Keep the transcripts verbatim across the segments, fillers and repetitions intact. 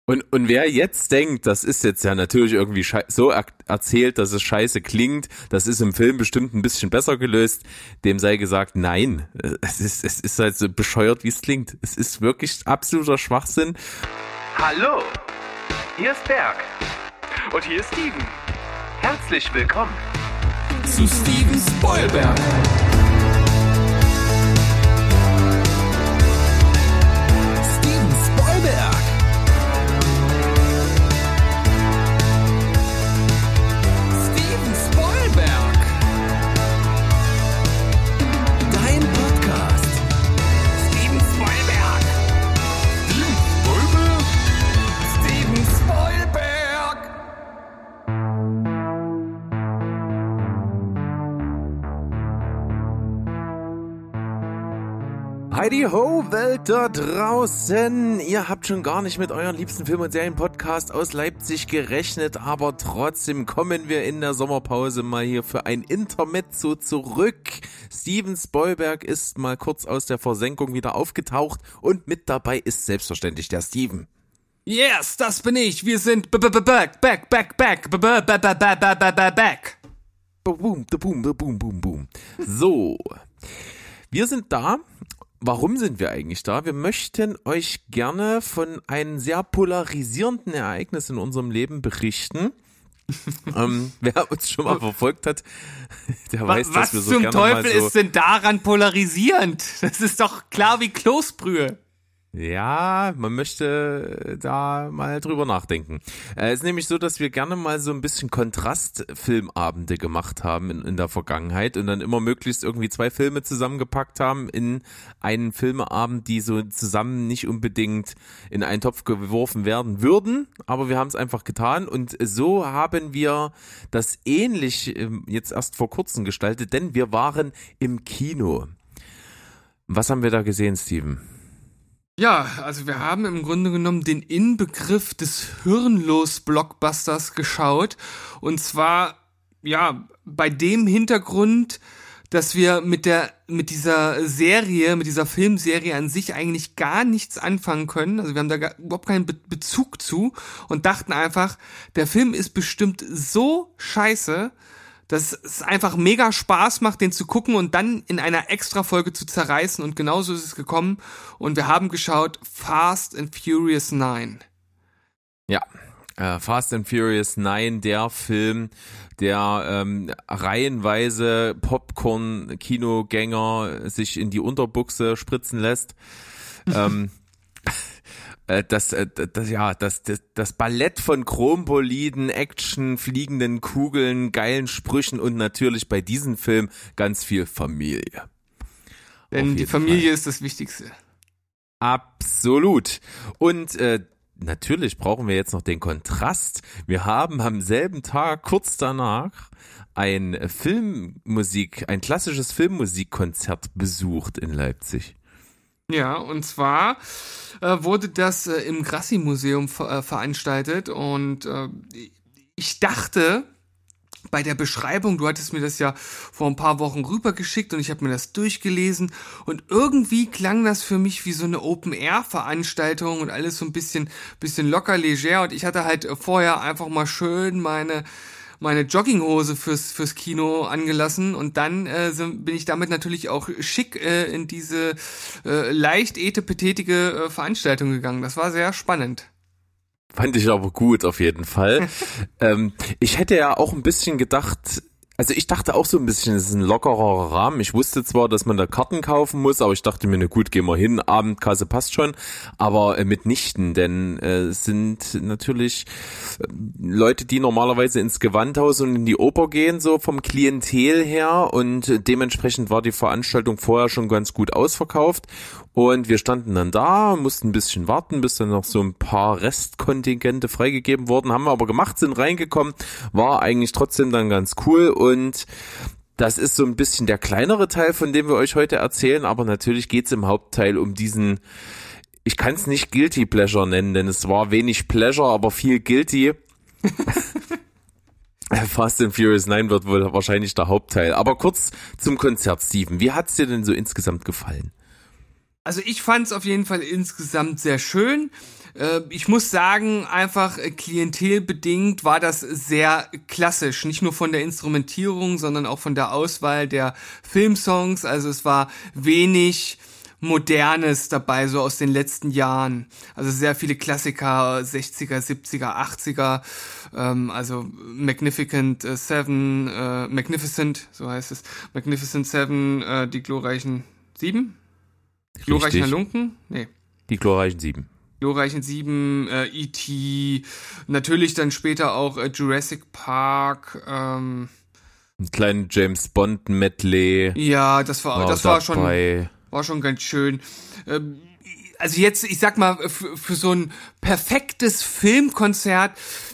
Und, und wer jetzt denkt, das ist jetzt ja natürlich irgendwie schei- so er- erzählt, dass es scheiße klingt, das ist im Film bestimmt ein bisschen besser gelöst, dem sei gesagt, nein, es ist, es ist halt so bescheuert, wie es klingt. Es ist wirklich absoluter Schwachsinn. Hallo, hier ist Berg. Und hier ist Steven. Herzlich willkommen zu Steven Spoilberg. Steven Spoilberg. Steven Spoilberg. Dein Podcast. Steven Spoilberg. Steven Spoilberg. Steven Spoilberg. Heidi ho, Welt da draußen. Ihr habt schon gar nicht mit eurem liebsten Film- und Serienpodcast aus Leipzig gerechnet, aber trotzdem kommen wir in der Sommerpause mal hier für ein Intermezzo zurück. Steven Spoilberg ist mal kurz aus der Versenkung wieder aufgetaucht und mit dabei ist selbstverständlich der Steven. Yes, das bin ich. Wir sind b- b- b- back, back, back, back, b- b- b- b- b- b- b- back. Boom, boom, boom, boom, boom. So, wir sind da. Warum sind wir eigentlich da? Wir möchten euch gerne von einem sehr polarisierenden Ereignis in unserem Leben berichten. ähm, wer uns schon mal verfolgt hat, der weiß, Was dass wir so zum gerne Teufel mal so... ist denn daran polarisierend? Das ist doch klar wie Kloßbrühe. Ja, man möchte da mal drüber nachdenken. Es äh, ist nämlich so, dass wir gerne mal so ein bisschen Kontrastfilmabende gemacht haben in, in der Vergangenheit und dann immer möglichst irgendwie zwei Filme zusammengepackt haben in einen Filmeabend, die so zusammen nicht unbedingt in einen Topf geworfen werden würden, aber wir haben es einfach getan und so haben wir das ähnlich jetzt erst vor kurzem gestaltet, denn wir waren im Kino. Was haben wir da gesehen, Steven? Ja, also wir haben im Grunde genommen den Inbegriff des Hirnlos-Blockbusters geschaut. Und zwar, ja, bei dem Hintergrund, dass wir mit der, mit dieser Serie, mit dieser Filmserie an sich eigentlich gar nichts anfangen können. Also wir haben da gar, überhaupt keinen Be- Bezug zu und dachten einfach, der Film ist bestimmt so scheiße, dass es einfach mega Spaß macht, den zu gucken und dann in einer Extra-Folge zu zerreißen. Und genauso ist es gekommen. Und wir haben geschaut Fast and Furious neun. Ja, äh, Fast and Furious neun, der Film, der ähm, reihenweise Popcorn-Kinogänger sich in die Unterbuchse spritzen lässt. ähm, Das, das, ja, das, das, das Ballett von Chromboliden, Action, fliegenden Kugeln, geilen Sprüchen und natürlich bei diesem Film ganz viel Familie. Denn die Familie Fall. ist das Wichtigste. Absolut. Und äh, natürlich brauchen wir jetzt noch den Kontrast. Wir haben am selben Tag, kurz danach, ein Filmmusik, ein klassisches Filmmusikkonzert besucht in Leipzig. Ja, und zwar äh, wurde das äh, im Grassi-Museum ver- äh, veranstaltet und äh, ich dachte bei der Beschreibung, du hattest mir das ja vor ein paar Wochen rübergeschickt und ich habe mir das durchgelesen und irgendwie klang das für mich wie so eine Open-Air-Veranstaltung und alles so ein bisschen, bisschen locker, leger und ich hatte halt vorher einfach mal schön meine meine Jogginghose fürs fürs Kino angelassen und dann äh, so bin ich damit natürlich auch schick äh, in diese äh, leicht etepetetige äh, Veranstaltung gegangen. Das war sehr spannend. Fand ich aber gut auf jeden Fall. ähm, ich hätte ja auch ein bisschen gedacht, also ich dachte auch so ein bisschen, es ist ein lockerer Rahmen. Ich wusste zwar, dass man da Karten kaufen muss, aber ich dachte mir, na gut, gehen wir hin, Abendkasse passt schon, aber äh, mitnichten, denn äh, es sind natürlich äh, Leute, die normalerweise ins Gewandhaus und in die Oper gehen, so vom Klientel her und äh, dementsprechend war die Veranstaltung vorher schon ganz gut ausverkauft und wir standen dann da, mussten ein bisschen warten, bis dann noch so ein paar Restkontingente freigegeben wurden, haben wir aber gemacht, sind reingekommen, war eigentlich trotzdem dann ganz cool. Und das ist so ein bisschen der kleinere Teil, von dem wir euch heute erzählen, aber natürlich geht's im Hauptteil um diesen, ich kann es nicht Guilty Pleasure nennen, denn es war wenig Pleasure, aber viel Guilty. Fast and Furious neun wird wohl wahrscheinlich der Hauptteil. Aber kurz zum Konzert, Steven. Wie hat's dir denn so insgesamt gefallen? Also ich fand es auf jeden Fall insgesamt sehr schön. Äh, ich muss sagen, einfach äh, klientelbedingt war das sehr klassisch. Nicht nur von der Instrumentierung, sondern auch von der Auswahl der Filmsongs. Also es war wenig Modernes dabei, so aus den letzten Jahren. Also sehr viele Klassiker, sechziger, siebziger, achtziger, ähm, also Magnificent äh, Seven, äh, Magnificent, so heißt es, Magnificent Seven, äh, die glorreichen Sieben? Glorreichen Halunken? Nee. Die glorreichen Sieben. Glorreichen Sieben, äh, E T, natürlich dann später auch äh, Jurassic Park, ähm, Ein kleinen James Bond Medley. ja, das war, war das war dabei. schon... War schon ganz schön. Ähm, Also jetzt, ich sag mal, für, für so ein perfektes Filmkonzert,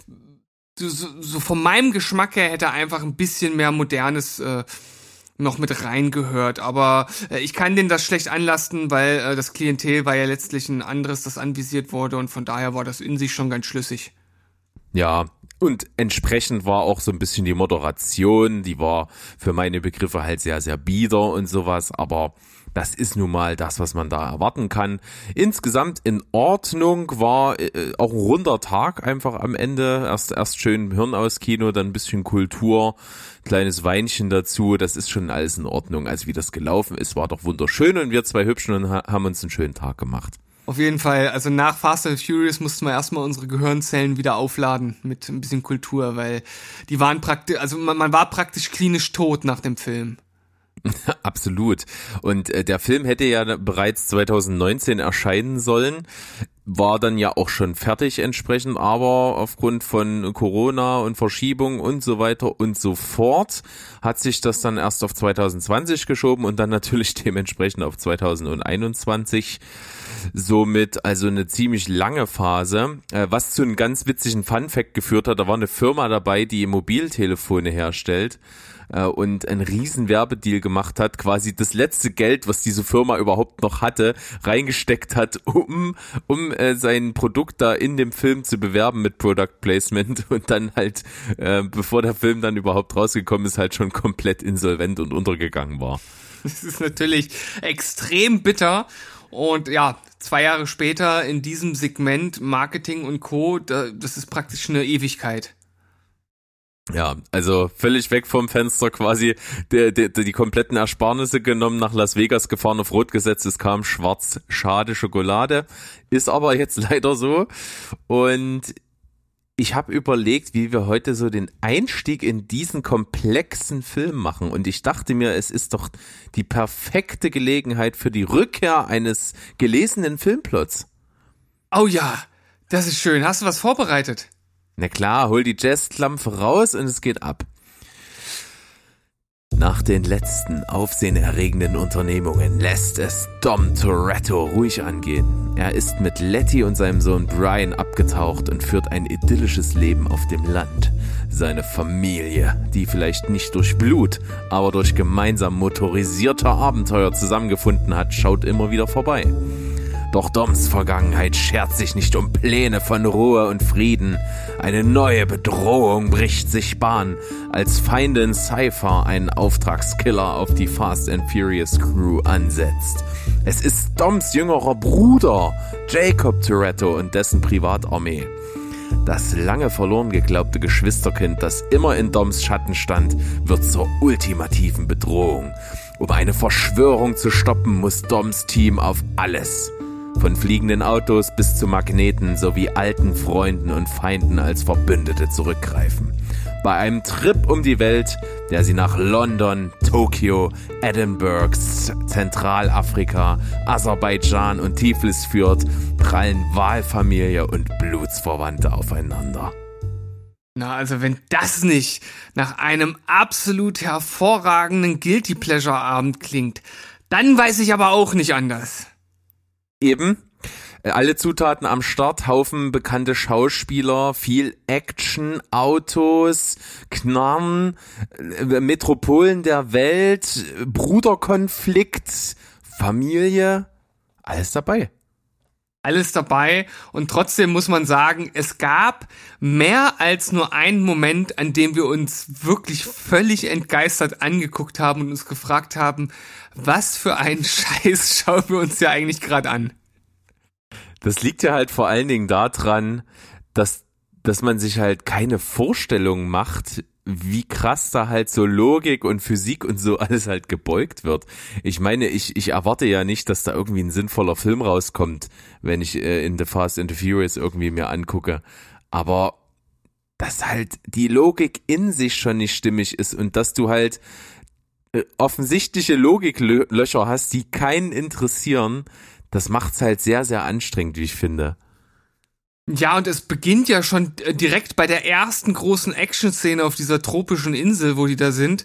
so, so von meinem Geschmack her hätte einfach ein bisschen mehr Modernes äh, noch mit reingehört. Aber äh, ich kann denen das schlecht anlasten, weil äh, das Klientel war ja letztlich ein anderes, das anvisiert wurde. Und von daher war das in sich schon ganz schlüssig. Ja, und entsprechend war auch so ein bisschen die Moderation, die war für meine Begriffe halt sehr, sehr bieder und sowas, aber das ist nun mal das, was man da erwarten kann. Insgesamt in Ordnung, war äh, auch ein runder Tag einfach am Ende. Erst erst schön Hirn aus Kino, dann ein bisschen Kultur, kleines Weinchen dazu. Das ist schon alles in Ordnung. Also wie das gelaufen ist, war doch wunderschön und wir zwei Hübschen und ha- haben uns einen schönen Tag gemacht. Auf jeden Fall, also nach Fast and Furious mussten wir erstmal unsere Gehirnzellen wieder aufladen mit ein bisschen Kultur, weil die waren praktisch, also man, man war praktisch klinisch tot nach dem Film. Absolut. Und äh, der Film hätte ja bereits zwanzig neunzehn erscheinen sollen, war dann ja auch schon fertig entsprechend, aber aufgrund von Corona und Verschiebung und so weiter und so fort hat sich das dann erst auf zwanzig zwanzig geschoben und dann natürlich dementsprechend auf zwanzig einundzwanzig. Somit also eine ziemlich lange Phase, äh, was zu einem ganz witzigen Funfact geführt hat. Da war eine Firma dabei, die Mobiltelefone herstellt äh, und einen riesen Werbedeal gemacht hat, quasi das letzte Geld, was diese Firma überhaupt noch hatte, reingesteckt hat, um um äh, sein Produkt da in dem Film zu bewerben mit Product Placement und dann halt, äh, bevor der Film dann überhaupt rausgekommen ist, halt schon komplett insolvent und untergegangen war. Das ist natürlich extrem bitter. Und ja, zwei Jahre später in diesem Segment Marketing und Co., da, das ist praktisch eine Ewigkeit. Ja, also völlig weg vom Fenster quasi, die, die, die kompletten Ersparnisse genommen, nach Las Vegas gefahren, auf Rot gesetzt, es kam schwarz, schade Schokolade, ist aber jetzt leider so. Und ich habe überlegt, wie wir heute so den Einstieg in diesen komplexen Film machen und ich dachte mir, es ist doch die perfekte Gelegenheit für die Rückkehr eines gelesenen Filmplots. Oh ja, das ist schön. Hast du was vorbereitet? Na klar, hol die Jazzklampe raus und es geht ab. Nach den letzten aufsehenerregenden Unternehmungen lässt es Dom Toretto ruhig angehen. Er ist mit Letty und seinem Sohn Brian abgetaucht und führt ein idyllisches Leben auf dem Land. Seine Familie, die vielleicht nicht durch Blut, aber durch gemeinsam motorisierte Abenteuer zusammengefunden hat, schaut immer wieder vorbei. Doch Doms Vergangenheit schert sich nicht um Pläne von Ruhe und Frieden. Eine neue Bedrohung bricht sich Bahn, als Feinde in Cypher einen Auftragskiller auf die Fast and Furious Crew ansetzt. Es ist Doms jüngerer Bruder, Jacob Toretto und dessen Privatarmee. Das lange verloren geglaubte Geschwisterkind, das immer in Doms Schatten stand, wird zur ultimativen Bedrohung. Um eine Verschwörung zu stoppen, muss Doms Team auf alles, von fliegenden Autos bis zu Magneten sowie alten Freunden und Feinden als Verbündete zurückgreifen. Bei einem Trip um die Welt, der sie nach London, Tokio, Edinburgh, Zentralafrika, Aserbaidschan und Tiflis führt, prallen Wahlfamilie und Blutsverwandte aufeinander. Na, also wenn das nicht nach einem absolut hervorragenden Guilty Pleasure Abend klingt, dann weiß ich aber auch nicht anders. Eben, alle Zutaten am Start, Haufen bekannte Schauspieler, viel Action, Autos, Knarren, Metropolen der Welt, Bruderkonflikt, Familie, alles dabei. Alles dabei und trotzdem muss man sagen, es gab mehr als nur einen Moment, an dem wir uns wirklich völlig entgeistert angeguckt haben und uns gefragt haben, was für einen Scheiß schauen wir uns ja eigentlich gerade an. Das liegt ja halt vor allen Dingen daran, dass, dass man sich halt keine Vorstellung macht, wie krass da halt so Logik und Physik und so alles halt gebeugt wird. Ich meine, ich, ich erwarte ja nicht, dass da irgendwie ein sinnvoller Film rauskommt, wenn ich äh, in The Fast and the Furious irgendwie mir angucke. Aber dass halt die Logik in sich schon nicht stimmig ist und dass du halt äh, offensichtliche Logiklöcher hast, die keinen interessieren, das macht's halt sehr, sehr anstrengend, wie ich finde. Ja, und es beginnt ja schon direkt bei der ersten großen Action-Szene auf dieser tropischen Insel, wo die da sind.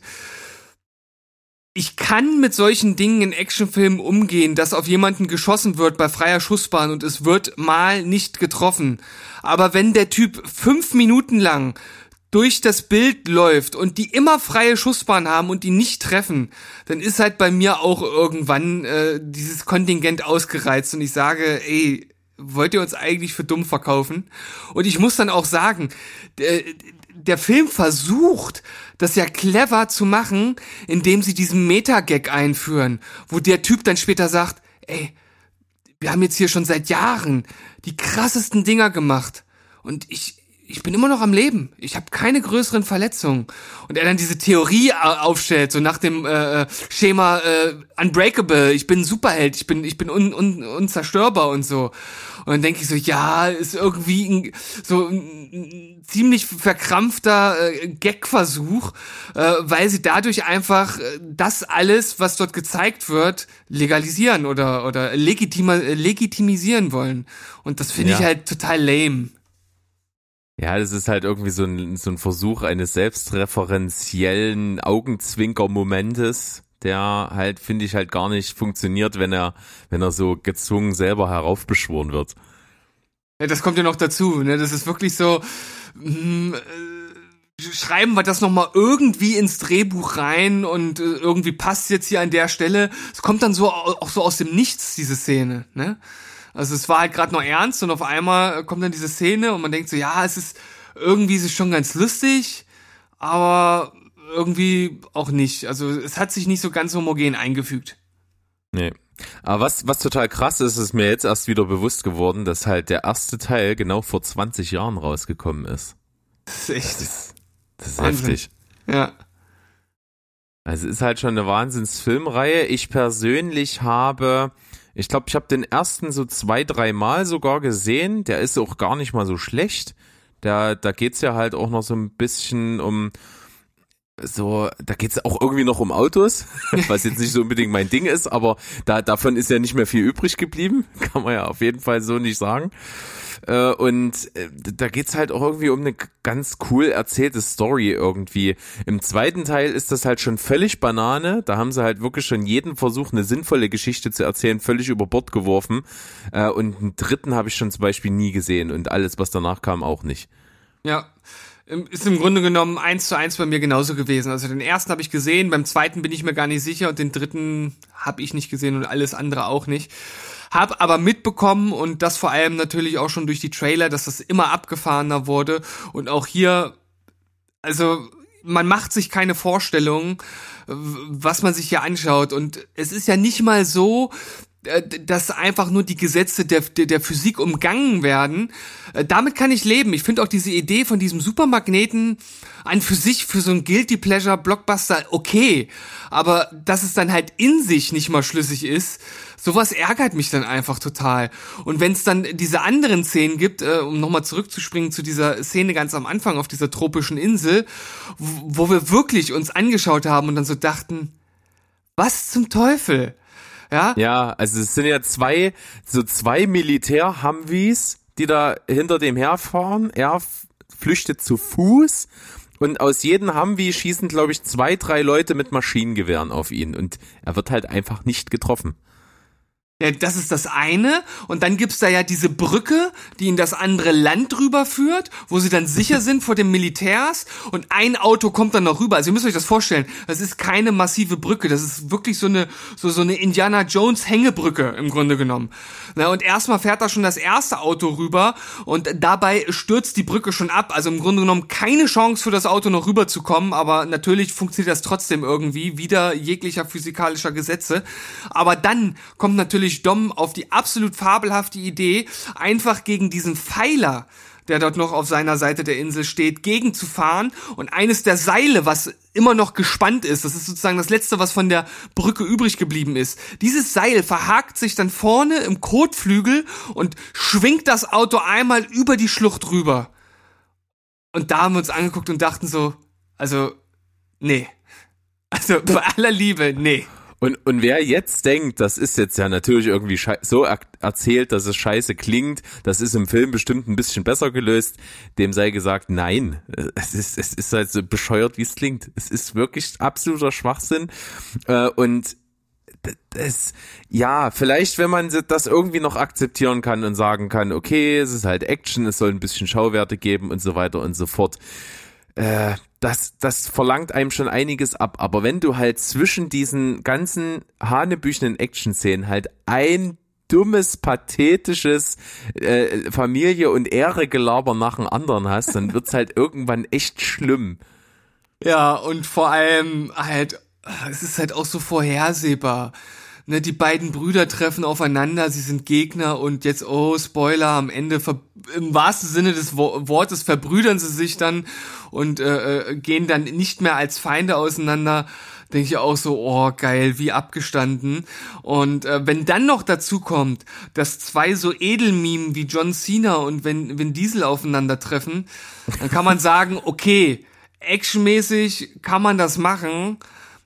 Ich kann mit solchen Dingen in Actionfilmen umgehen, dass auf jemanden geschossen wird bei freier Schussbahn und es wird mal nicht getroffen. Aber wenn der Typ fünf Minuten lang durch das Bild läuft und die immer freie Schussbahn haben und die nicht treffen, dann ist halt bei mir auch irgendwann äh, dieses Kontingent ausgereizt und ich sage, ey, wollt ihr uns eigentlich für dumm verkaufen? Und ich muss dann auch sagen, der, der Film versucht, das ja clever zu machen, indem sie diesen Meta-Gag einführen, wo der Typ dann später sagt, ey, wir haben jetzt hier schon seit Jahren die krassesten Dinger gemacht und ich ich bin immer noch am Leben. Ich habe keine größeren Verletzungen. Und er dann diese Theorie aufstellt, so nach dem äh, Schema äh, Unbreakable, ich bin ein Superheld, ich bin ich bin un, un, unzerstörbar und so. Und dann denke ich so, ja, ist irgendwie ein, so ein ziemlich verkrampfter äh, Gag-Versuch, äh, weil sie dadurch einfach äh, das alles, was dort gezeigt wird, legalisieren oder oder legitima, legitimisieren wollen. Und das finde Ja. ich halt total lame. Ja, das ist halt irgendwie so ein, so ein Versuch eines selbstreferenziellen Augenzwinker-Momentes, der halt, finde ich, halt gar nicht funktioniert, wenn er, wenn er so gezwungen selber heraufbeschworen wird. Ja, das kommt ja noch dazu, ne? Das ist wirklich so, mh, äh, schreiben wir das nochmal irgendwie ins Drehbuch rein und äh, irgendwie passt jetzt hier an der Stelle. Es kommt dann so auch so aus dem Nichts, diese Szene, ne? Also es war halt gerade noch ernst und auf einmal kommt dann diese Szene und man denkt so, ja, es ist irgendwie ist es schon ganz lustig, aber irgendwie auch nicht. Also es hat sich nicht so ganz homogen eingefügt. Nee. Aber was, was total krass ist, ist mir jetzt erst wieder bewusst geworden, dass halt der erste Teil genau vor zwanzig Jahren rausgekommen ist. Das ist echt. Das ist, das ist Wahnsinn. heftig. Ja. Also ist halt schon eine Wahnsinnsfilmreihe. Ich persönlich habe, ich glaube, ich habe den ersten so zwei, drei Mal sogar gesehen. Der ist auch gar nicht mal so schlecht. Da, da geht's ja halt auch noch so ein bisschen um so, da geht's auch irgendwie noch um Autos, was jetzt nicht so unbedingt mein Ding ist, aber da davon ist ja nicht mehr viel übrig geblieben, kann man ja auf jeden Fall so nicht sagen. Äh, und äh, da geht's halt auch irgendwie um eine ganz cool erzählte Story irgendwie. Im zweiten Teil ist das halt schon völlig Banane, da haben sie halt wirklich schon jeden Versuch, eine sinnvolle Geschichte zu erzählen, völlig über Bord geworfen. Äh, und einen dritten habe ich schon zum Beispiel nie gesehen und alles, was danach kam, auch nicht. Ja. Ist im Grunde genommen eins zu eins bei mir genauso gewesen. Also den ersten habe ich gesehen, beim zweiten bin ich mir gar nicht sicher und den dritten habe ich nicht gesehen und alles andere auch nicht. Hab aber mitbekommen und das vor allem natürlich auch schon durch die Trailer, dass das immer abgefahrener wurde und auch hier, also man macht sich keine Vorstellung, was man sich hier anschaut und es ist ja nicht mal so, dass einfach nur die Gesetze der, der, der Physik umgangen werden. Damit kann ich leben. Ich finde auch diese Idee von diesem Supermagneten an für sich, für so ein Guilty Pleasure Blockbuster okay. Aber dass es dann halt in sich nicht mal schlüssig ist, sowas ärgert mich dann einfach total. Und wenn es dann diese anderen Szenen gibt, äh, um nochmal zurückzuspringen zu dieser Szene ganz am Anfang auf dieser tropischen Insel, wo, wo wir wirklich uns angeschaut haben und dann so dachten, was zum Teufel? Ja? Ja, also es sind ja zwei, so zwei Militär-Humvees, die da hinter dem herfahren. Er f- flüchtet zu Fuß und aus jedem Humvee schießen, glaube ich, zwei, drei Leute mit Maschinengewehren auf ihn und er wird halt einfach nicht getroffen. Ja, das ist das eine. Und dann gibt's da ja diese Brücke, die in das andere Land drüber führt, wo sie dann sicher sind vor den Militärs. Und ein Auto kommt dann noch rüber. Also ihr müsst euch das vorstellen. Das ist keine massive Brücke. Das ist wirklich so eine, so, so eine Indiana Jones Hängebrücke im Grunde genommen. Na, und erstmal fährt da schon das erste Auto rüber und dabei stürzt die Brücke schon ab. Also im Grunde genommen keine Chance für das Auto noch rüberzukommen. Aber natürlich funktioniert das trotzdem irgendwie, wider jeglicher physikalischer Gesetze. Aber dann kommt natürlich natürlich Dom auf die absolut fabelhafte Idee, einfach gegen diesen Pfeiler, der dort noch auf seiner Seite der Insel steht, gegenzufahren und eines der Seile, was immer noch gespannt ist, das ist sozusagen das Letzte, was von der Brücke übrig geblieben ist, dieses Seil verhakt sich dann vorne im Kotflügel und schwingt das Auto einmal über die Schlucht rüber. Und da haben wir uns angeguckt und dachten so, also, nee. Also, bei aller Liebe, nee. Und, und wer jetzt denkt, das ist jetzt ja natürlich irgendwie schei- so er- erzählt, dass es scheiße klingt, das ist im Film bestimmt ein bisschen besser gelöst, dem sei gesagt, nein, es ist, es ist halt so bescheuert, wie es klingt. Es ist wirklich absoluter Schwachsinn. Äh, und das, ja, vielleicht, wenn man das irgendwie noch akzeptieren kann und sagen kann, okay, es ist halt Action, es soll ein bisschen Schauwerte geben und so weiter und so fort. Äh, das, das verlangt einem schon einiges ab. Aber wenn du halt zwischen diesen ganzen hanebüchenen Action-Szenen halt ein dummes, pathetisches äh, Familie- und Ehre-Gelaber nach dem anderen hast, dann wird's halt irgendwann echt schlimm. Ja, und vor allem halt, es ist halt auch so vorhersehbar. Ne, die beiden Brüder treffen aufeinander, sie sind Gegner und jetzt, oh, Spoiler, am Ende, ver- im wahrsten Sinne des Wo- Wortes, verbrüdern sie sich dann und äh, äh, gehen dann nicht mehr als Feinde auseinander. Denke ich auch so, oh, geil, wie abgestanden. Und äh, wenn dann noch dazu kommt, dass zwei so Edelmimen wie John Cena und Vin, Vin Diesel aufeinandertreffen, dann kann man sagen, okay, actionmäßig kann man das machen,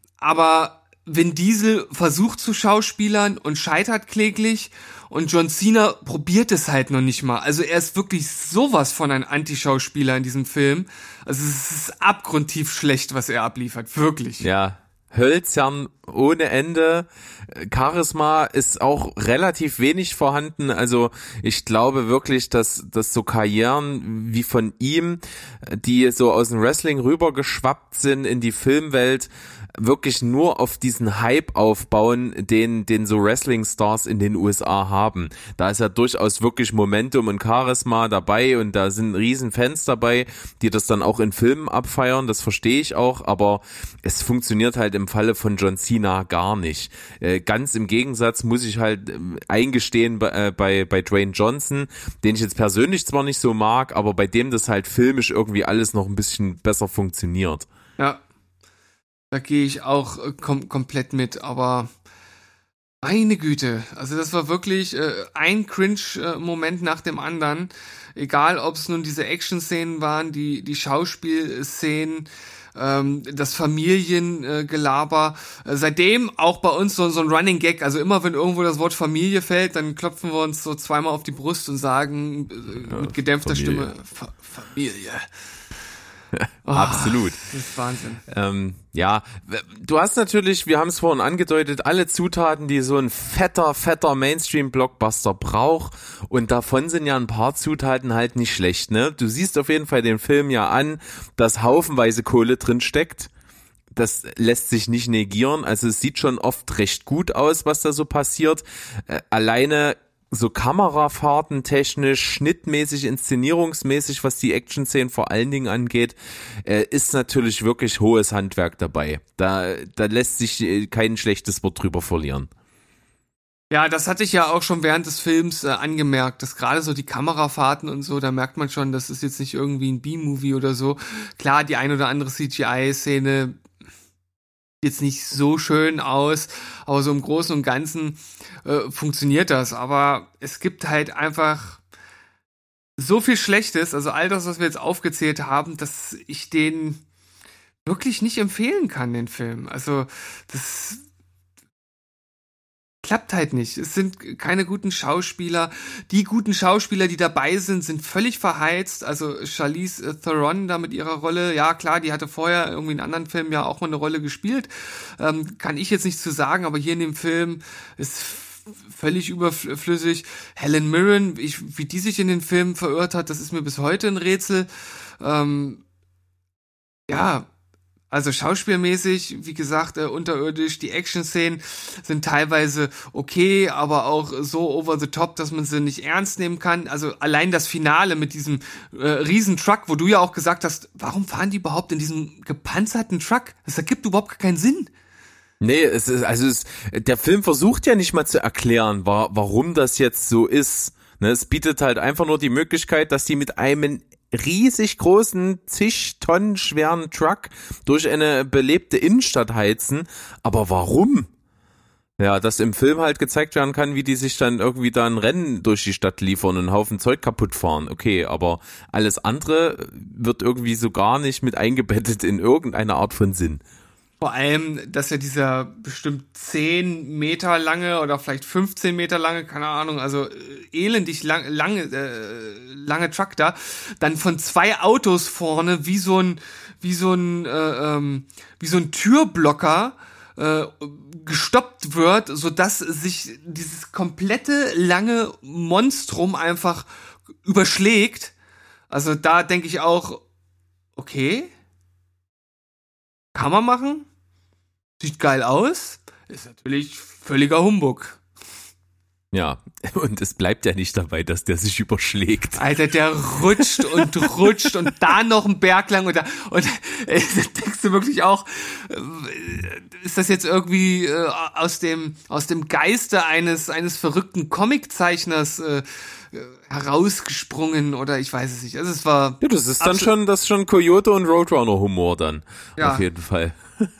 aber Vin Diesel versucht zu schauspielern und scheitert kläglich und John Cena probiert es halt noch nicht mal. Also er ist wirklich sowas von ein Anti-Schauspieler in diesem Film. Also es ist abgrundtief schlecht, was er abliefert. Wirklich. Ja, hölzern ohne Ende. Charisma ist auch relativ wenig vorhanden. Also ich glaube wirklich, dass, dass so Karrieren wie von ihm, die so aus dem Wrestling rübergeschwappt sind in die Filmwelt, wirklich nur auf diesen Hype aufbauen, den, den so Wrestling-Stars in den U S A haben. Da ist ja durchaus wirklich Momentum und Charisma dabei und da sind riesen Fans dabei, die das dann auch in Filmen abfeiern, das verstehe ich auch, aber es funktioniert halt im Falle von John Cena gar nicht. Äh, ganz im Gegensatz muss ich halt äh, eingestehen bei, äh, bei, bei Dwayne Johnson, den ich jetzt persönlich zwar nicht so mag, aber bei dem das halt filmisch irgendwie alles noch ein bisschen besser funktioniert. Ja. Da gehe ich auch äh, kom- komplett mit, aber meine Güte, also das war wirklich äh, ein Cringe-Moment nach dem anderen, egal ob es nun diese Action-Szenen waren, die die Schauspielszenen, ähm, das Familiengelaber, äh, seitdem auch bei uns so, so ein Running Gag, also immer wenn irgendwo das Wort Familie fällt, dann klopfen wir uns so zweimal auf die Brust und sagen äh, ja, mit gedämpfter Familie. Stimme, Fa- Familie. Oh, Absolut. Das ist Wahnsinn. Ähm, ja, du hast natürlich, wir haben es vorhin angedeutet, alle Zutaten, die so ein fetter, fetter Mainstream-Blockbuster braucht und davon sind ja ein paar Zutaten halt nicht schlecht, ne? Du siehst auf jeden Fall den Film ja an, dass haufenweise Kohle drin steckt. Das lässt sich nicht negieren, also es sieht schon oft recht gut aus, was da so passiert. Äh, alleine so Kamerafahrten technisch, schnittmäßig, inszenierungsmäßig, was die Action-Szenen vor allen Dingen angeht, äh, ist natürlich wirklich hohes Handwerk dabei. Da, da lässt sich äh, kein schlechtes Wort drüber verlieren. Ja, das hatte ich ja auch schon während des Films äh, angemerkt, dass gerade so die Kamerafahrten und so, da merkt man schon, das ist jetzt nicht irgendwie ein B-Movie oder so. Klar, die ein oder andere C G I-Szene jetzt nicht so schön aus, aber so im Großen und Ganzen äh, funktioniert das. Aber es gibt halt einfach so viel Schlechtes, also all das, was wir jetzt aufgezählt haben, dass ich den wirklich nicht empfehlen kann, den Film. Also das klappt halt nicht. Es sind keine guten Schauspieler. Die guten Schauspieler, die dabei sind, sind völlig verheizt. Also Charlize Theron da mit ihrer Rolle, ja klar, die hatte vorher irgendwie in anderen Filmen ja auch mal eine Rolle gespielt. Ähm, kann ich jetzt nicht zu sagen, aber hier in dem Film ist völlig überflüssig. Helen Mirren, ich, wie die sich in den Film verirrt hat, das ist mir bis heute ein Rätsel. Ähm, ja, also schauspielmäßig, wie gesagt, äh, unterirdisch. Die Action-Szenen sind teilweise okay, aber auch so over the top, dass man sie nicht ernst nehmen kann. Also allein das Finale mit diesem äh, riesen Truck, wo du ja auch gesagt hast, warum fahren die überhaupt in diesem gepanzerten Truck? Das ergibt überhaupt keinen Sinn. Nee, es ist, also es, der Film versucht ja nicht mal zu erklären, wa- warum das jetzt so ist. Ne, es bietet halt einfach nur die Möglichkeit, dass die mit einem riesig großen, zig Tonnen schweren Truck durch eine belebte Innenstadt heizen. Aber warum? Ja, dass im Film halt gezeigt werden kann, wie die sich dann irgendwie da ein Rennen durch die Stadt liefern und einen Haufen Zeug kaputt fahren. Okay, aber alles andere wird irgendwie so gar nicht mit eingebettet in irgendeine Art von Sinn. Vor allem, dass ja dieser bestimmt zehn Meter lange oder vielleicht fünfzehn Meter lange, keine Ahnung, also äh, elendig lang, lange, äh, lange Truck da, dann von zwei Autos vorne wie so ein, wie so ein, äh, ähm, wie so ein Türblocker äh, gestoppt wird, sodass sich dieses komplette lange Monstrum einfach überschlägt. Also da denke ich auch, okay, kann man machen, sieht geil aus, ist natürlich völliger Humbug. Ja, und es bleibt ja nicht dabei, dass der sich überschlägt. Alter, der rutscht und rutscht und da noch ein Berg lang und da, und äh, da denkst du wirklich auch, äh, ist das jetzt irgendwie äh, aus dem aus dem Geiste eines eines verrückten Comiczeichners äh, herausgesprungen oder ich weiß es nicht. Also es war Ja, das ist dann schon, das ist schon Coyote und Roadrunner Humor dann. Ja. Auf jeden Fall.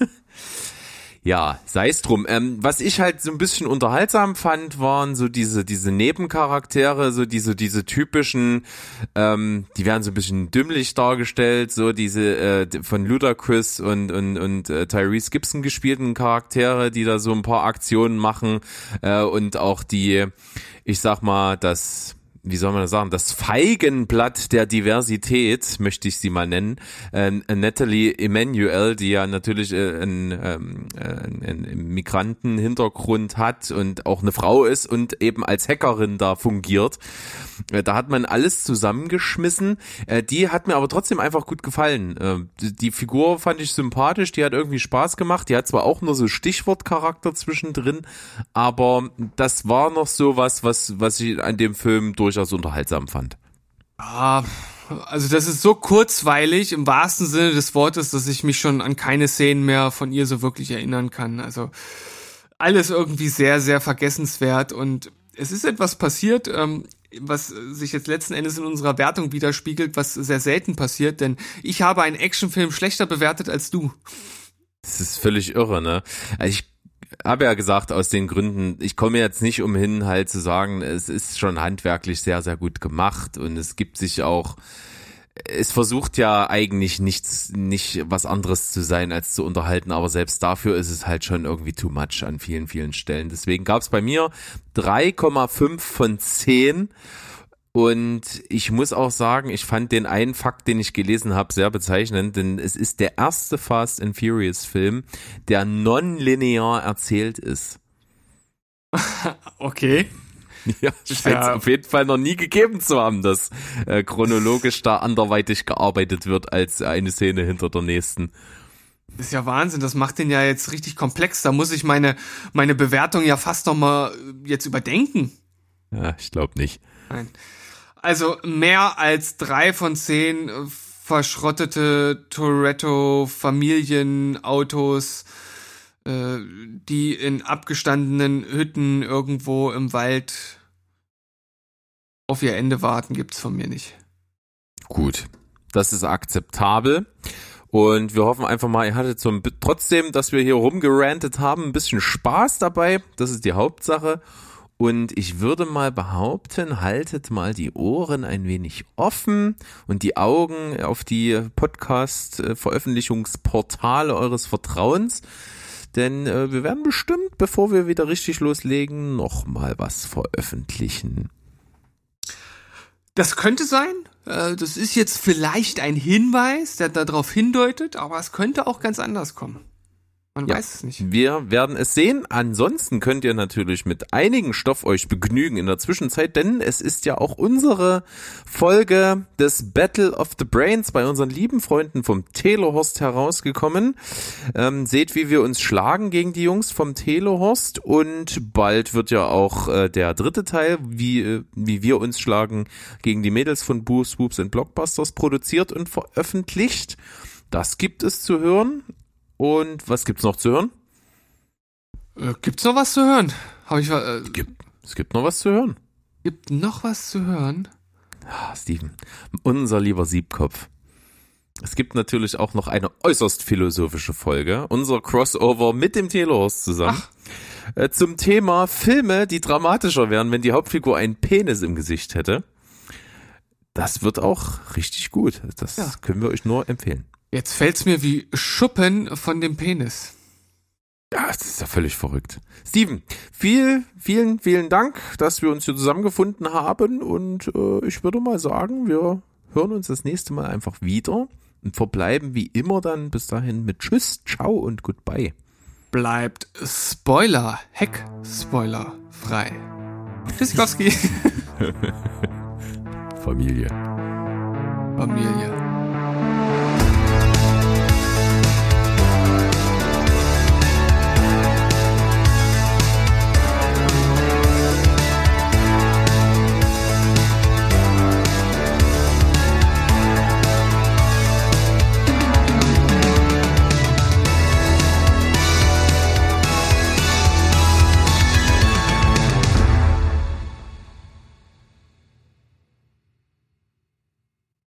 Ja, sei es drum. Ähm, was ich halt so ein bisschen unterhaltsam fand, waren so diese diese Nebencharaktere, so diese diese typischen, ähm, die werden so ein bisschen dümmlich dargestellt, so diese äh, von Ludacris und und und äh, Tyrese Gibson gespielten Charaktere, die da so ein paar Aktionen machen äh, und auch die, ich sag mal, das wie soll man das sagen, das Feigenblatt der Diversität, möchte ich sie mal nennen, äh, Natalie Emanuel, die ja natürlich äh, einen, ähm, äh, einen Migrantenhintergrund hat und auch eine Frau ist und eben als Hackerin da fungiert. Äh, da hat man alles zusammengeschmissen. Äh, die hat mir aber trotzdem einfach gut gefallen. Äh, die, die Figur fand ich sympathisch, die hat irgendwie Spaß gemacht. Die hat zwar auch nur so Stichwortcharakter zwischendrin, aber das war noch so was, was, was ich an dem Film durchaus unterhaltsam fand. Ah, also das ist so kurzweilig im wahrsten Sinne des Wortes, dass ich mich schon an keine Szenen mehr von ihr so wirklich erinnern kann. Also alles irgendwie sehr, sehr vergessenswert und es ist etwas passiert, ähm, was sich jetzt letzten Endes in unserer Wertung widerspiegelt, was sehr selten passiert, denn ich habe einen Actionfilm schlechter bewertet als du. Das ist völlig irre, ne? Also ich habe ja gesagt, aus den Gründen, ich komme jetzt nicht umhin, halt zu sagen, es ist schon handwerklich sehr, sehr gut gemacht und es gibt sich auch, es versucht ja eigentlich nichts, nicht was anderes zu sein, als zu unterhalten, aber selbst dafür ist es halt schon irgendwie too much an vielen, vielen Stellen. Deswegen gab es bei mir drei Komma fünf von zehn. Und ich muss auch sagen, ich fand den einen Fakt, den ich gelesen habe, sehr bezeichnend, denn es ist der erste Fast and Furious Film, der nonlinear erzählt ist. Okay. Ja, scheint es ja auf jeden Fall noch nie gegeben zu haben, dass äh, chronologisch da anderweitig gearbeitet wird als eine Szene hinter der nächsten. Das ist ja Wahnsinn, das macht den ja jetzt richtig komplex. Da muss ich meine, meine Bewertung ja fast noch mal jetzt überdenken. Ja, ich glaube nicht. Nein. Also mehr als drei von zehn verschrottete Toretto-Familienautos, äh, die in abgestandenen Hütten irgendwo im Wald auf ihr Ende warten, gibt's von mir nicht. Gut, das ist akzeptabel. Und wir hoffen einfach mal, ihr hattet so ein, trotzdem, dass wir hier rumgerantet haben, ein bisschen Spaß dabei. Das ist die Hauptsache. Und ich würde mal behaupten, haltet mal die Ohren ein wenig offen und die Augen auf die Podcast-Veröffentlichungsportale eures Vertrauens. Denn äh, wir werden bestimmt, bevor wir wieder richtig loslegen, noch mal was veröffentlichen. Das könnte sein. Äh, das ist jetzt vielleicht ein Hinweis, der darauf hindeutet, aber es könnte auch ganz anders kommen. Man Ja, weiß es nicht. wir werden es sehen. Ansonsten könnt ihr natürlich mit einigen Stoff euch begnügen in der Zwischenzeit, denn es ist ja auch unsere Folge des Battle of the Brains bei unseren lieben Freunden vom Telehorst herausgekommen. Ähm, seht, wie wir uns schlagen gegen die Jungs vom Telehorst und bald wird ja auch äh, der dritte Teil, wie, äh, wie wir uns schlagen gegen die Mädels von Boo, Swoops und Blockbusters produziert und veröffentlicht. Das gibt es zu hören. Und was gibt's noch zu hören? Äh, gibt's noch was zu hören? Habe ich äh, Gibt, es gibt noch was zu hören. Gibt noch was zu hören? Ah, Steven, unser lieber Siebkopf. Es gibt natürlich auch noch eine äußerst philosophische Folge, unser Crossover mit dem Taylorhorst zusammen, äh, zum Thema Filme, die dramatischer wären, wenn die Hauptfigur einen Penis im Gesicht hätte. Das wird auch richtig gut. Das Ja. können wir euch nur empfehlen. Jetzt fällt's mir wie Schuppen von dem Penis. Ja, das ist ja völlig verrückt. Steven, viel, vielen, vielen Dank, dass wir uns hier zusammengefunden haben und äh, ich würde mal sagen, wir hören uns das nächste Mal einfach wieder und verbleiben wie immer dann bis dahin mit Tschüss, Ciao und Goodbye. Bleibt Spoiler, Heck-Spoiler frei. Tschüssikowski. Familie. Familie.